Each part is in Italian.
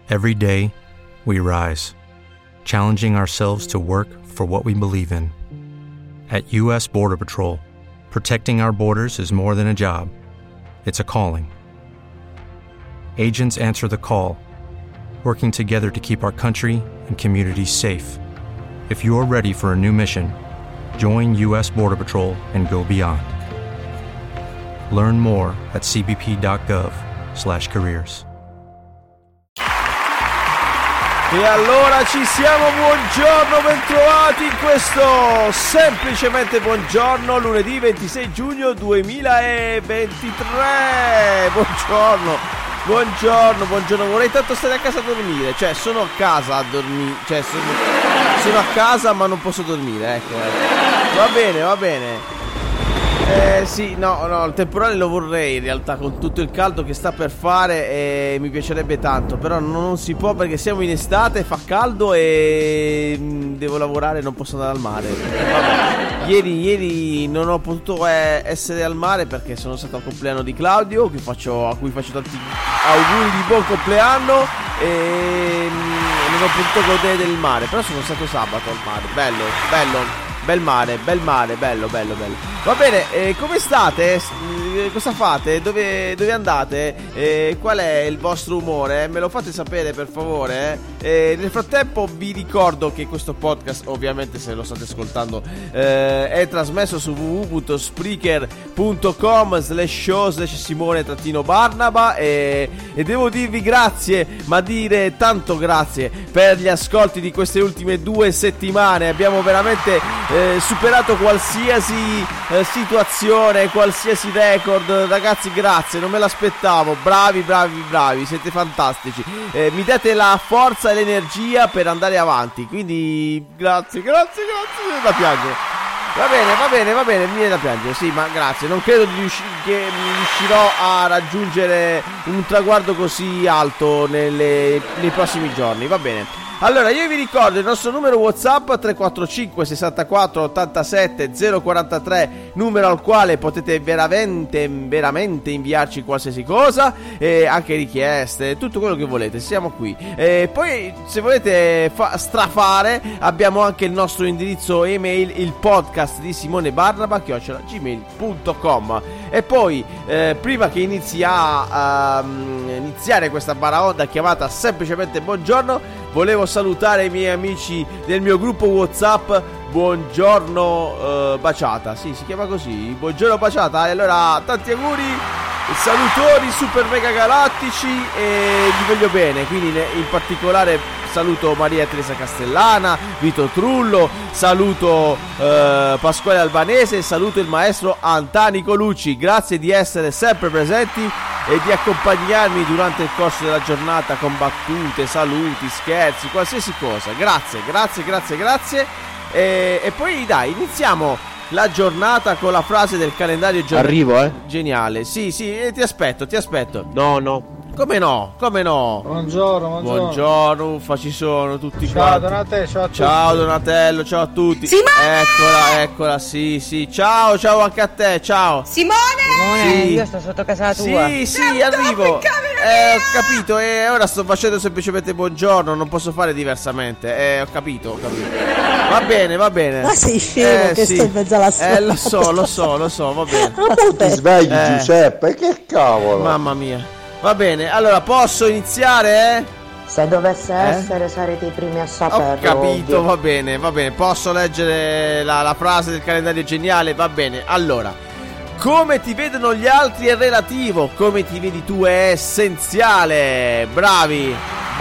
Every day, we rise, challenging ourselves to work for what we believe in. At U.S. Border Patrol, protecting our borders is more than a job. It's a calling. Agents answer the call, working together to keep our country and communities safe. If you're ready for a new mission, join U.S. Border Patrol and go beyond. Learn more at cbp.gov/careers. E allora ci siamo, buongiorno, bentrovati in questo semplicemente buongiorno, lunedì 26 giugno 2023. Buongiorno, vorrei tanto stare a casa a dormire, cioè sono a casa a dormire, cioè sono a casa ma non posso dormire, ecco. Va bene. Sì, no, il temporale lo vorrei in realtà, con tutto il caldo che sta per fare, e mi piacerebbe tanto, però non si può perché siamo in estate, fa caldo e devo lavorare, non posso andare al mare. Vabbè, ieri non ho potuto essere al mare perché sono stato al compleanno di Claudio, a cui faccio tanti auguri di buon compleanno, e non ho potuto godere del mare, però sono stato sabato al mare, bello. Bel mare, bello. Va bene, come state? Cosa fate? Dove andate? Qual è il vostro umore? Me lo fate sapere per favore? Nel frattempo vi ricordo che questo podcast, ovviamente se lo state ascoltando, è trasmesso su www.spreaker.com/show/Simone-Barnaba, e devo dirvi grazie, ma dire tanto grazie per gli ascolti di queste ultime 2 settimane. Abbiamo veramente superato qualsiasi situazione, qualsiasi record. Ragazzi, grazie, non me l'aspettavo. Bravi, siete fantastici. Mi date la forza e l'energia per andare avanti, quindi grazie, mi viene da piangere. Va bene, mi viene da piangere, sì, ma grazie. Non credo che riuscirò a raggiungere un traguardo così alto nei prossimi giorni, va bene. Allora, io vi ricordo il nostro numero WhatsApp 345 64 87 043, numero al quale potete veramente inviarci qualsiasi cosa, anche richieste, tutto quello che volete, siamo qui. Poi se volete strafare, abbiamo anche il nostro indirizzo email, il podcast di Simone Barnaba @gmail.com. E poi prima che iniziare questa baraonda chiamata semplicemente buongiorno, volevo salutare i miei amici del mio gruppo WhatsApp Buongiorno Baciata. Sì, si chiama così, Buongiorno Baciata. E allora tanti auguri, salutori super mega galattici, e vi voglio bene. Quindi in particolare saluto Maria Teresa Castellana, Vito Trullo, saluto Pasquale Albanese, saluto il maestro Antanico Lucci. Grazie di essere sempre presenti e di accompagnarmi durante il corso della giornata con battute, saluti, scherzi, qualsiasi cosa. Grazie. E poi dai, iniziamo la giornata con la frase del calendario Arrivo, geniale. Sì, ti aspetto. No. Come no? Buongiorno, uffa, ci sono tutti qua. Ciao Donatello, ciao a tutti. Simone! Eccola, sì. Ciao anche a te, ciao. Simone, sì. io sto sotto casa tua. Sì, arrivo. Ho capito, e ora sto facendo semplicemente buongiorno, non posso fare diversamente. Ho capito. Va bene. Ma sei scemo che stai in mezzo alla strada. Lo so, va bene. Ti svegli, Giuseppe, che cavolo. Mamma mia. Va bene, allora posso iniziare? Se dovesse essere, sarete i primi a saperlo. Ho capito, ovvio. va bene. Posso leggere la frase del calendario geniale? Va bene, allora. Come ti vedono gli altri è relativo, come ti vedi tu è essenziale. Bravi.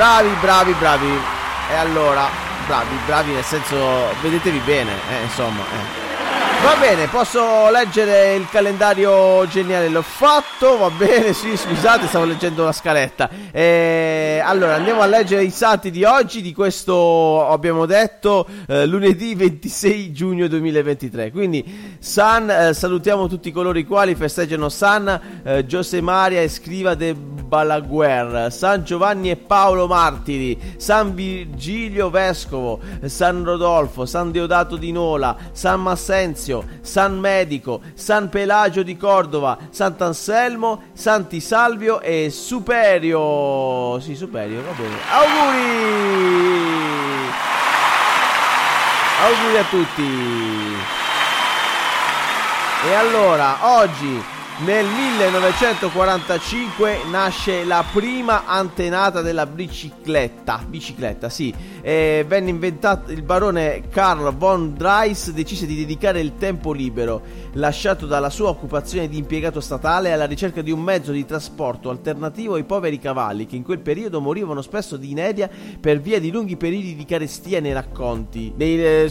E allora, bravi nel senso, vedetevi bene, insomma. Va bene, posso leggere il calendario geniale? L'ho fatto, va bene, sì, scusate, stavo leggendo la scaletta. Allora, andiamo a leggere i santi di oggi, di questo, abbiamo detto, lunedì 26 giugno 2023. Quindi, salutiamo tutti coloro i quali festeggiano San, José Maria Escriva de Balaguer, San Giovanni e Paolo martiri, San Virgilio vescovo, San Rodolfo, San Deodato di Nola, San Massenzio, San Medico, San Pelagio di Cordova, Sant'Anselmo, Santi Salvio e Superio. Sì, Superio, va bene. Auguri a tutti. E allora, oggi nel 1945 nasce la prima antenata della bicicletta, sì. Venne inventato, il barone Karl von Drais decise di dedicare il tempo libero lasciato dalla sua occupazione di impiegato statale alla ricerca di un mezzo di trasporto alternativo ai poveri cavalli che in quel periodo morivano spesso di inedia per via di lunghi periodi di carestia nei raccolti. Mi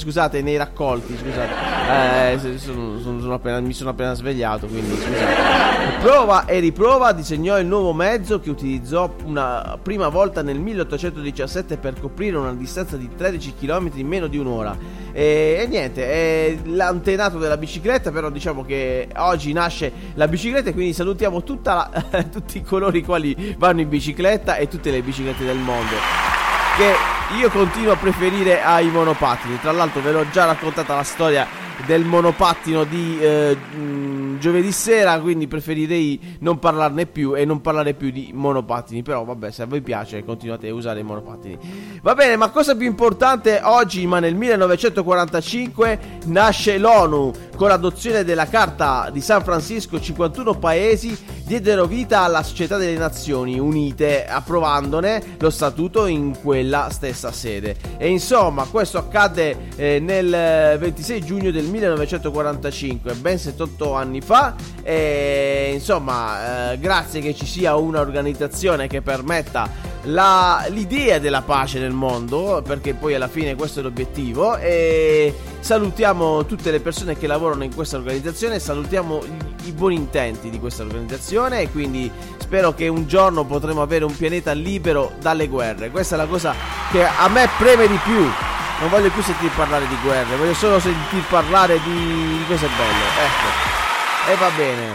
sono appena svegliato, quindi scusate. Prova e riprova disegnò il nuovo mezzo che utilizzò una prima volta nel 1817 per coprire una distanza di 13 km in meno di un'ora. E niente, è l'antenato della bicicletta, però diciamo che oggi nasce la bicicletta e quindi salutiamo tutti coloro i quali vanno in bicicletta e tutte le biciclette del mondo, che io continuo a preferire ai monopattini. Tra l'altro ve l'ho già raccontata la storia del monopattino di giovedì sera, quindi preferirei non parlarne più e non parlare più di monopattini. Però vabbè, se a voi piace continuate a usare i monopattini, va bene. Ma cosa più importante oggi, ma nel 1945 nasce l'ONU. Con l'adozione della Carta di San Francisco 51 paesi diedero vita alla Società delle Nazioni Unite, approvandone lo statuto in quella stessa sede. E insomma, questo accadde nel 26 giugno del 1945, ben 78 anni fa. E insomma, grazie che ci sia un'organizzazione che permetta l'idea della pace nel mondo, perché poi alla fine questo è l'obiettivo. E salutiamo tutte le persone che lavorano in questa organizzazione, salutiamo i buoni intenti di questa organizzazione, e quindi spero che un giorno potremo avere un pianeta libero dalle guerre. Questa è la cosa che a me preme di più. Non voglio più sentir parlare di guerre, voglio solo sentir parlare di cose belle, ecco. E va bene.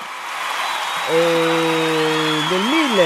Nel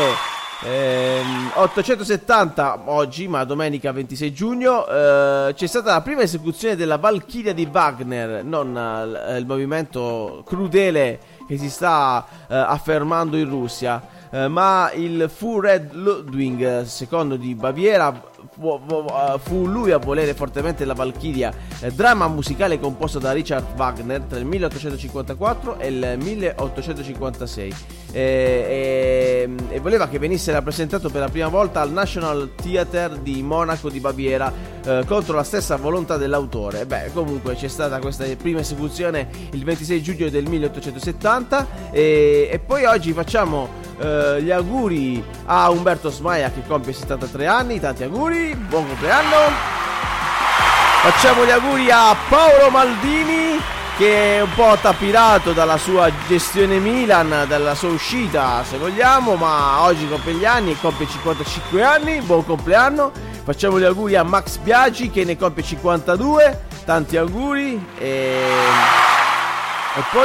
1870, oggi, ma domenica 26 giugno, c'è stata la prima esecuzione della Valchiria di Wagner, non il movimento crudele che si sta affermando in Russia, ma il fu Red Ludwig II di Baviera. Fu lui a volere fortemente la Valchiria, dramma musicale composto da Richard Wagner tra il 1854 e il 1856, e voleva che venisse rappresentato per la prima volta al National Theatre di Monaco di Baviera, contro la stessa volontà dell'autore. Comunque c'è stata questa prima esecuzione il 26 giugno del 1870, e poi oggi facciamo gli auguri a Umberto Smaia che compie 73 anni, tanti auguri, buon compleanno. Facciamo gli auguri a Paolo Maldini, che è un po' tapirato dalla sua gestione Milan, dalla sua uscita se vogliamo, ma oggi compie gli anni, compie 55 anni, buon compleanno. Facciamo gli auguri a Max Biaggi che ne compie 52, tanti auguri. E poi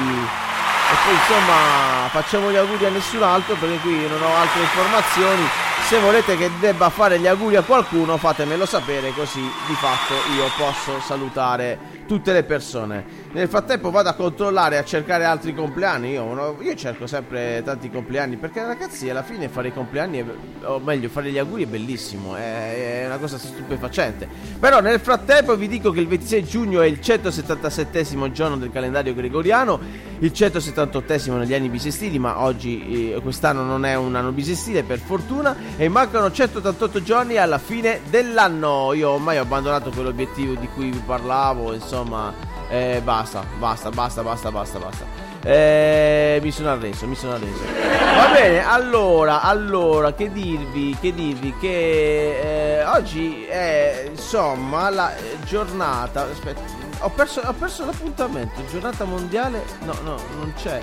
insomma facciamo gli auguri a nessun altro, perché qui non ho altre informazioni. Se volete che debba fare gli auguri a qualcuno, fatemelo sapere, così di fatto io posso salutare tutte le persone. Nel frattempo vado a controllare, a cercare altri compleanni. Io cerco sempre tanti compleanni, perché ragazzi, alla fine fare i compleanni o meglio fare gli auguri è bellissimo, è una cosa stupefacente. Però nel frattempo vi dico che il 26 giugno è il 177esimo giorno del calendario gregoriano, il 178esimo negli anni bisestili, ma oggi quest'anno non è un anno bisestile per fortuna, e mancano 188 giorni alla fine dell'anno. Io ormai ho abbandonato quell'obiettivo di cui vi parlavo, insomma, basta. Mi sono arreso. Va bene, allora che dirvi che oggi è insomma la giornata. Aspetta, ho perso l'appuntamento. Giornata mondiale? No, non c'è.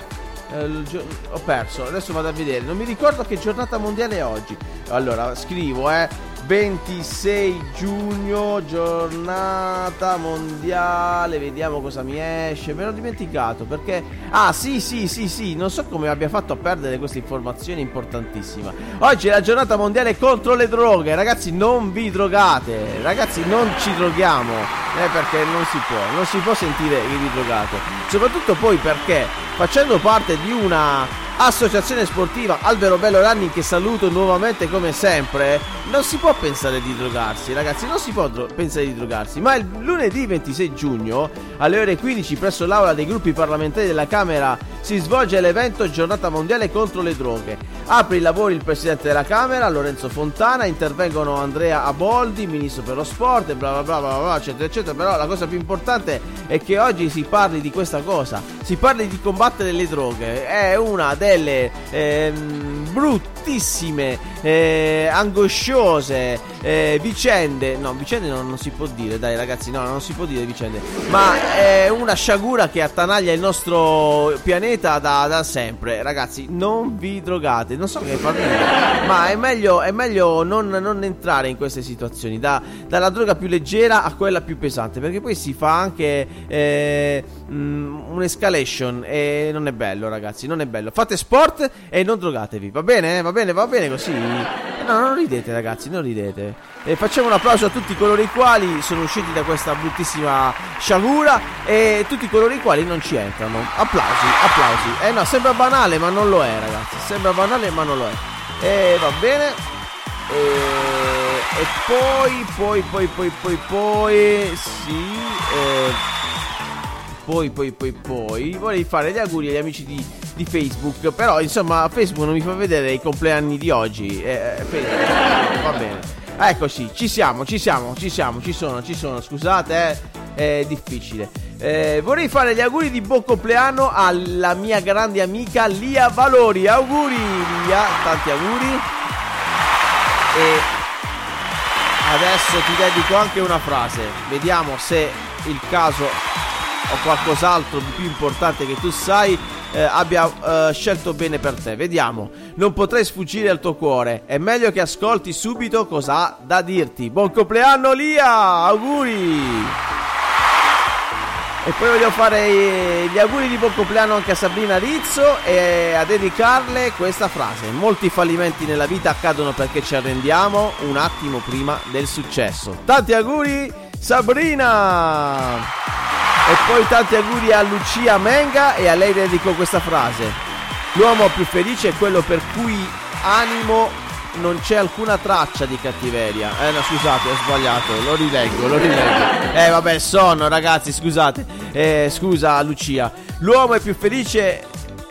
Ho perso, adesso vado a vedere. Non mi ricordo che giornata mondiale è oggi. Allora scrivo 26 giugno, giornata mondiale, vediamo cosa mi esce, me l'ho dimenticato perché... Ah sì, non so come abbia fatto a perdere questa informazione importantissima. Oggi è la giornata mondiale contro le droghe, ragazzi non vi drogate, ragazzi non ci droghiamo, perché non si può sentire che vi drogate, soprattutto poi perché facendo parte di una associazione sportiva Alberobello Running, che saluto nuovamente come sempre, non si può pensare di drogarsi, ragazzi, non si può pensare di drogarsi. Ma il lunedì 26 giugno alle ore 15 presso l'aula dei gruppi parlamentari della Camera si svolge l'evento Giornata Mondiale contro le droghe. Apre i lavori il Presidente della Camera, Lorenzo Fontana, intervengono Andrea Aboldi, Ministro per lo Sport, e bla bla bla bla, eccetera eccetera. Però la cosa più importante è che oggi si parli di questa cosa, si parli di combattere le droghe. È una delle bruttissime, angosciose vicende non si può dire, dai ragazzi, no, non si può dire vicende, ma è una sciagura che attanaglia il nostro pianeta da sempre. Ragazzi, non vi drogate, non so che far dire, ma è meglio non entrare in queste situazioni, dalla droga più leggera a quella più pesante, perché poi si fa anche un'escalation e non è bello, ragazzi, non è bello. Fate sport e non drogatevi, va bene? Va bene così? No, non ridete, ragazzi, non ridete. Facciamo un applauso a tutti coloro i quali sono usciti da questa bruttissima sciagura e tutti coloro i quali non ci entrano. Applausi. No, sembra banale, ma non lo è, ragazzi. Sembra banale, ma non lo è. Va bene. E poi sì. Poi vorrei fare gli auguri agli amici di Facebook, però insomma Facebook non mi fa vedere i compleanni di oggi. Va bene. Eccoci, ci sono, scusate, è difficile. Vorrei fare gli auguri di buon compleanno alla mia grande amica Lia Valori. Auguri Lia, tanti auguri. E adesso ti dedico anche una frase, vediamo se il caso o qualcos'altro di più importante che tu sai abbia scelto bene per te. Vediamo. Non potrei sfuggire al tuo cuore, è meglio che ascolti subito cosa ha da dirti. Buon compleanno Lia, auguri. E poi voglio fare gli auguri di buon compleanno anche a Sabrina Rizzo e a dedicarle questa frase: molti fallimenti nella vita accadono perché ci arrendiamo un attimo prima del successo. Tanti auguri Sabrina. E poi tanti auguri a Lucia Menga e a lei dedico questa frase: l'uomo più felice è quello per cui animo non c'è alcuna traccia di cattiveria. No, scusate, ho sbagliato, lo rileggo. Vabbè, sonno, ragazzi, scusate. Scusa Lucia. L'uomo più felice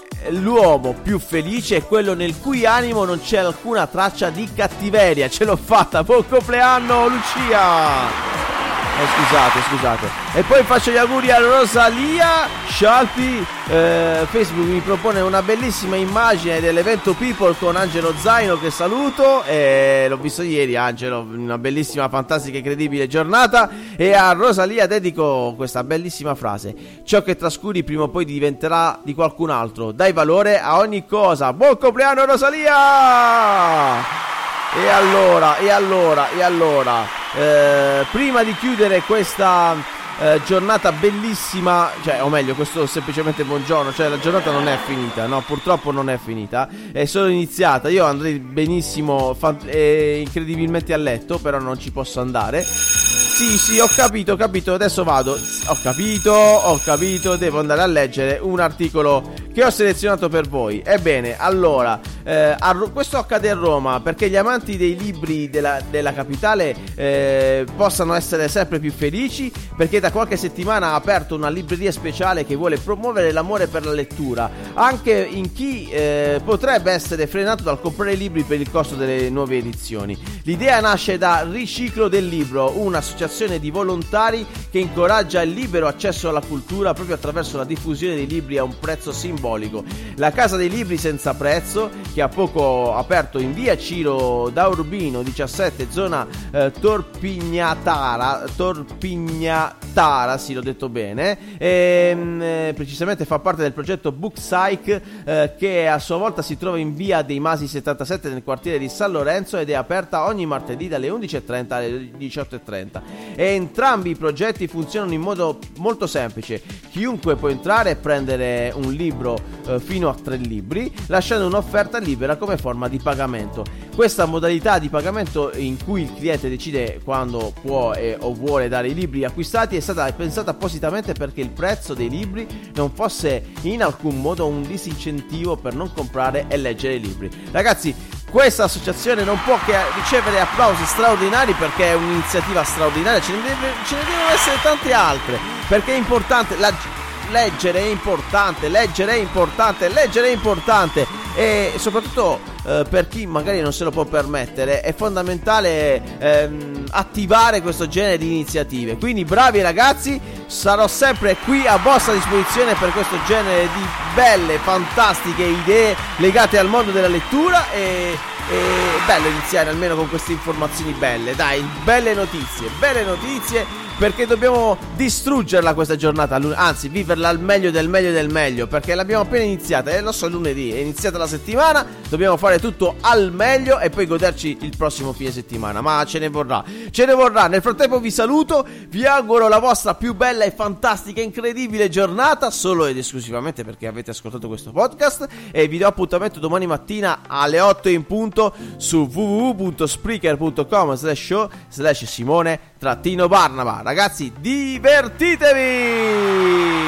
è quello nel cui animo non c'è alcuna traccia di cattiveria. Ce l'ho fatta, buon compleanno Lucia. Scusate. E poi faccio gli auguri a Rosalia Scialpi. Facebook mi propone una bellissima immagine dell'evento People con Angelo Zaino, che saluto. L'ho visto ieri, Angelo, una bellissima, fantastica, incredibile giornata. E a Rosalia dedico questa bellissima frase: ciò che trascuri prima o poi diventerà di qualcun altro. Dai valore a ogni cosa. Buon compleanno Rosalia. E allora, prima di chiudere questa giornata bellissima, cioè, o meglio, questo semplicemente buongiorno, cioè la giornata non è finita, no, purtroppo non è finita, è solo iniziata. Io andrei benissimo, incredibilmente a letto, però non ci posso andare. Sì, ho capito, adesso vado. Ho capito, devo andare a leggere un articolo che ho selezionato per voi. Ebbene, allora, questo accade a Roma perché gli amanti dei libri della capitale possano essere sempre più felici, perché da qualche settimana ha aperto una libreria speciale che vuole promuovere l'amore per la lettura, anche in chi potrebbe essere frenato dal comprare libri per il costo delle nuove edizioni. L'idea nasce da Riciclo del Libro, un'associazione di volontari che incoraggia il libero accesso alla cultura proprio attraverso la diffusione dei libri a un prezzo simbolico. La Casa dei Libri senza prezzo, che ha poco aperto in via Ciro da Urbino 17, zona Torpignatara, sì, l'ho detto bene, precisamente fa parte del progetto Book Psych, che a sua volta si trova in via dei Masi 77 nel quartiere di San Lorenzo ed è aperta ogni martedì dalle 11:30 alle 18:30. E entrambi i progetti funzionano in modo molto semplice: chiunque può entrare e prendere un libro fino a 3 libri, lasciando un'offerta libera come forma di pagamento. Questa modalità di pagamento, in cui il cliente decide quando può o vuole dare i libri acquistati, è stata pensata appositamente perché il prezzo dei libri non fosse in alcun modo un disincentivo per non comprare e leggere i libri. Ragazzi, questa associazione non può che ricevere applausi straordinari, perché è un'iniziativa straordinaria. Ce ne devono essere tante altre, perché è importante. Leggere è importante, e soprattutto per chi magari non se lo può permettere è fondamentale attivare questo genere di iniziative. Quindi bravi ragazzi, sarò sempre qui a vostra disposizione per questo genere di belle, fantastiche idee legate al mondo della lettura, e bello iniziare almeno con queste informazioni belle, dai, belle notizie, perché dobbiamo distruggerla questa giornata, anzi viverla al meglio del meglio, perché l'abbiamo appena iniziata, lo so, lunedì è iniziata la settimana, dobbiamo fare tutto al meglio e poi goderci il prossimo fine settimana, ma ce ne vorrà. Nel frattempo vi saluto, vi auguro la vostra più bella e fantastica, incredibile giornata, solo ed esclusivamente perché avete ascoltato questo podcast, e vi do appuntamento domani mattina alle 8 in punto su www.spreaker.com/show/Simone-Barnaba. Ragazzi, divertitevi! Ragazzi, divertitevi!